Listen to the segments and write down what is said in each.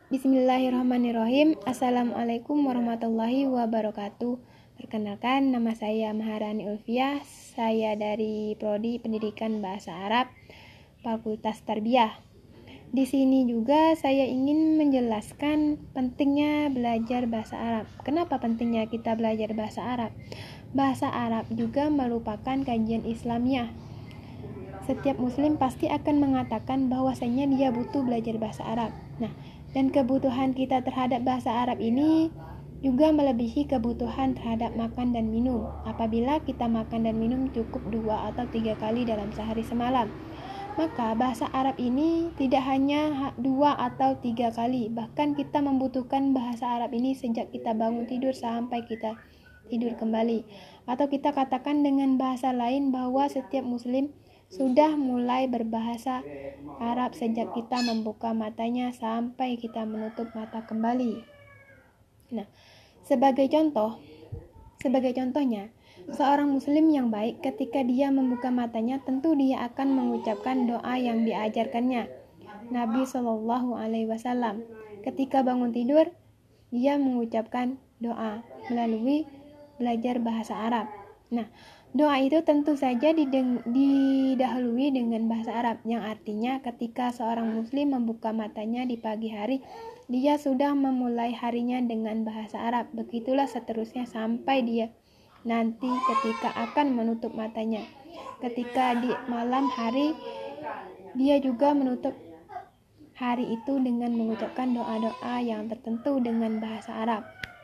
Bismillahirrahmanirrahim. Assalamualaikum warahmatullahi wabarakatuh. Perkenalkan, nama saya Maharani Ulfiah. Saya dari Prodi Pendidikan Bahasa Arab, Fakultas Tarbiyah. Di sini juga saya ingin menjelaskan pentingnya belajar bahasa Arab. Kenapa pentingnya kita belajar bahasa Arab? Bahasa Arab juga merupakan kajian Islamiyah. Setiap muslim pasti akan mengatakan bahwasanya dia butuh belajar bahasa Arab. Dan kebutuhan kita terhadap bahasa Arab ini juga melebihi kebutuhan terhadap makan dan minum. Apabila kita makan dan minum cukup 2 atau 3 kali dalam sehari semalam, maka bahasa Arab ini tidak hanya 2 atau 3 kali, bahkan kita membutuhkan bahasa Arab ini sejak kita bangun tidur sampai kita tidur kembali. Atau kita katakan dengan bahasa lain bahwa setiap muslim sudah mulai berbahasa Arab sejak kita membuka matanya sampai kita menutup mata kembali. Sebagai contohnya, seorang muslim yang baik ketika dia membuka matanya tentu dia akan mengucapkan doa yang diajarkannya Nabi SAW. Ketika bangun tidur, dia mengucapkan doa melalui belajar bahasa Arab. Doa itu tentu saja didahului dengan bahasa Arab, yang artinya ketika seorang muslim membuka matanya di pagi hari, dia sudah memulai harinya dengan bahasa Arab. Begitulah seterusnya sampai dia nanti ketika akan menutup matanya. Ketika di malam hari, dia juga menutup hari itu dengan mengucapkan doa-doa yang tertentu dengan bahasa Arab.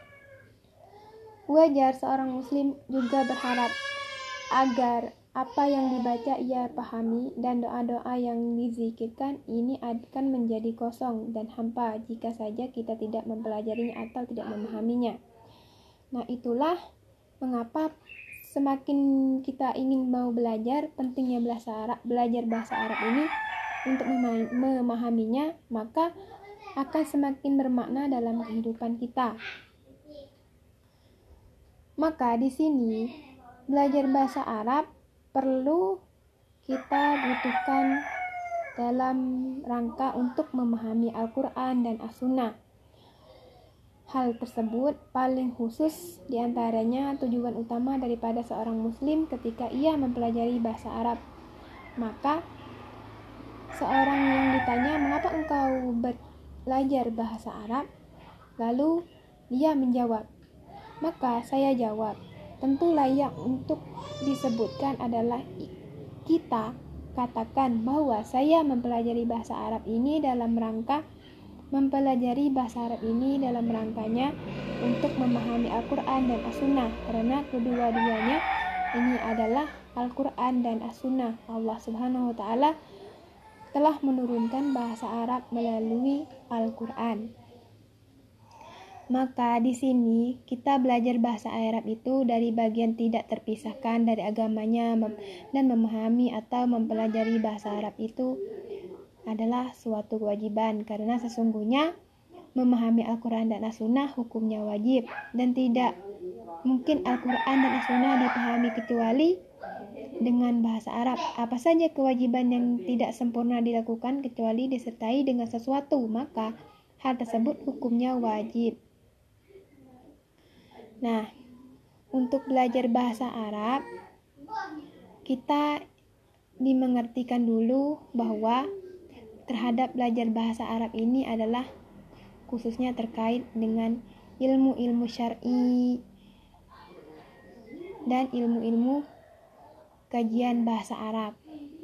Wajar seorang muslim juga berharap agar apa yang dibaca ia pahami dan doa-doa yang dizikirkan ini akan menjadi kosong dan hampa jika saja kita tidak mempelajarinya atau tidak memahaminya. Itulah mengapa semakin kita ingin mau belajar, pentingnya belajar bahasa Arab ini untuk memahaminya, maka akan semakin bermakna dalam kehidupan kita. Maka di sini belajar bahasa Arab perlu kita butuhkan dalam rangka untuk memahami Al-Quran dan As-Sunnah. Hal tersebut paling khusus diantaranya tujuan utama daripada seorang muslim ketika ia mempelajari bahasa Arab. Maka seorang yang ditanya, mengapa engkau belajar bahasa Arab? Lalu dia menjawab, maka saya jawab, tentu layak untuk disebutkan adalah kita katakan bahwa saya mempelajari bahasa Arab ini dalam rangka dalam rangkanya untuk memahami Al-Quran dan As-Sunnah, karena kedua-duanya ini adalah Al-Quran dan As-Sunnah. Allah Subhanahu wa Ta'ala telah menurunkan bahasa Arab melalui Al-Quran. Maka di sini kita belajar bahasa Arab itu dari bagian tidak terpisahkan dari agamanya, dan memahami atau mempelajari bahasa Arab itu adalah suatu kewajiban, karena sesungguhnya memahami Al-Quran dan As-Sunnah hukumnya wajib, dan tidak mungkin Al-Quran dan As-Sunnah dipahami kecuali dengan bahasa Arab. Apa saja kewajiban yang tidak sempurna dilakukan kecuali disertai dengan sesuatu, maka hal tersebut hukumnya wajib. Untuk belajar bahasa Arab, kita dimengertikan dulu bahwa terhadap belajar bahasa Arab ini adalah khususnya terkait dengan ilmu-ilmu syar'i dan ilmu-ilmu kajian bahasa Arab,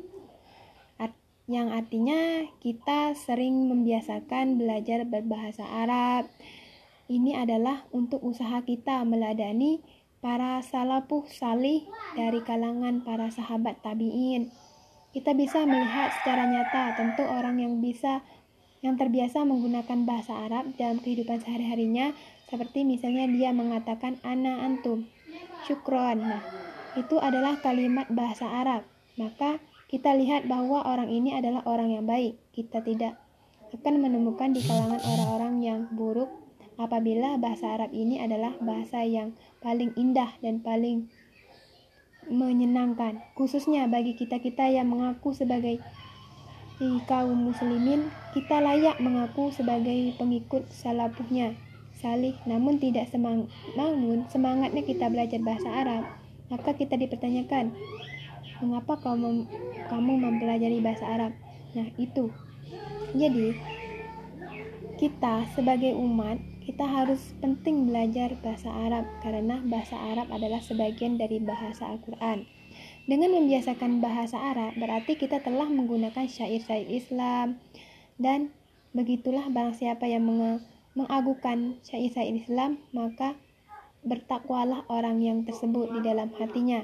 yang artinya kita sering membiasakan belajar berbahasa Arab. Ini adalah untuk usaha kita meladani para salafus salih dari kalangan para sahabat tabi'in. Kita bisa melihat secara nyata tentu orang yang terbiasa menggunakan bahasa Arab dalam kehidupan sehari-harinya, seperti misalnya dia mengatakan ana antum, syukron. Itu adalah kalimat bahasa Arab. Maka kita lihat bahwa orang ini adalah orang yang baik. Kita tidak akan menemukan di kalangan orang-orang yang buruk apabila bahasa Arab ini adalah bahasa yang paling indah dan paling menyenangkan, khususnya bagi kita-kita yang mengaku sebagai kaum muslimin, kita layak mengaku sebagai pengikut salafuhnya salih, namun semangatnya kita belajar bahasa Arab. Maka kita dipertanyakan, mengapa kamu mempelajari bahasa Arab? Nah, itu. Jadi, kita sebagai umat, kita harus penting belajar bahasa Arab karena bahasa Arab adalah sebagian dari bahasa Al-Quran. Dengan membiasakan bahasa Arab, berarti kita telah menggunakan syair-syair Islam, dan begitulah barang siapa yang mengagungkan syair-syair Islam, maka bertakwalah orang yang tersebut di dalam hatinya.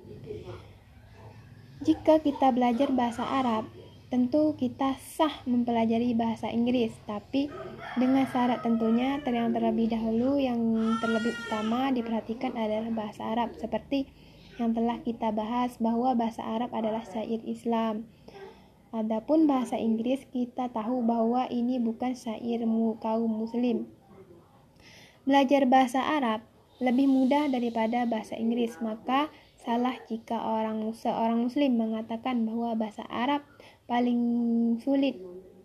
Jika kita belajar bahasa Arab, tentu kita sah mempelajari bahasa Inggris, tapi dengan syarat tentunya yang terlebih dahulu, yang terlebih utama diperhatikan adalah bahasa Arab, seperti yang telah kita bahas bahwa bahasa Arab adalah syair Islam. Adapun bahasa Inggris, kita tahu bahwa ini bukan syair kaum muslim. Belajar bahasa Arab lebih mudah daripada bahasa Inggris, maka salah jika seorang muslim mengatakan bahwa bahasa Arab paling sulit.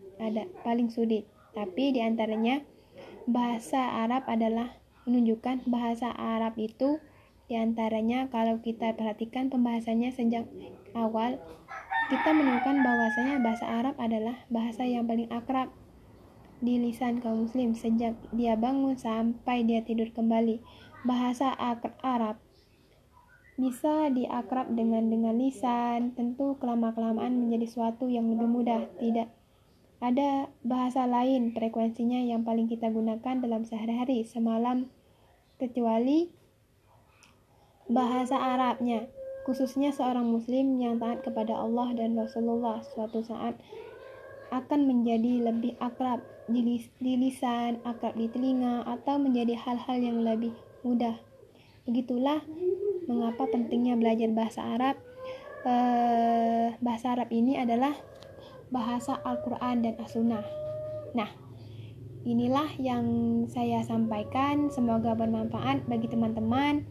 Tapi diantaranya bahasa Arab adalah menunjukkan bahasa Arab itu diantaranya, kalau kita perhatikan pembahasannya sejak awal, kita menemukan bahwasanya bahasa Arab adalah bahasa yang paling akrab di lisan kaum muslim sejak dia bangun sampai dia tidur kembali. Bahasa Arab bisa diakrab dengan lisan, tentu kelama-kelamaan menjadi suatu yang lebih mudah. Tidak ada bahasa lain frekuensinya yang paling kita gunakan dalam sehari-hari semalam kecuali bahasa Arabnya. Khususnya seorang muslim yang taat kepada Allah dan Rasulullah suatu saat akan menjadi lebih akrab di lisan, akrab di telinga, atau menjadi hal-hal yang lebih mudah. Begitulah mengapa pentingnya belajar bahasa Arab. Bahasa Arab ini adalah bahasa Al-Quran dan As-Sunnah. Nah, inilah yang saya sampaikan, semoga bermanfaat bagi teman-teman.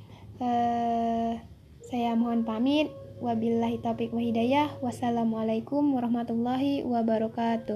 Saya mohon pamit. Wabillahi taufiq wa hidayah. Wassalamualaikum warahmatullahi wabarakatuh.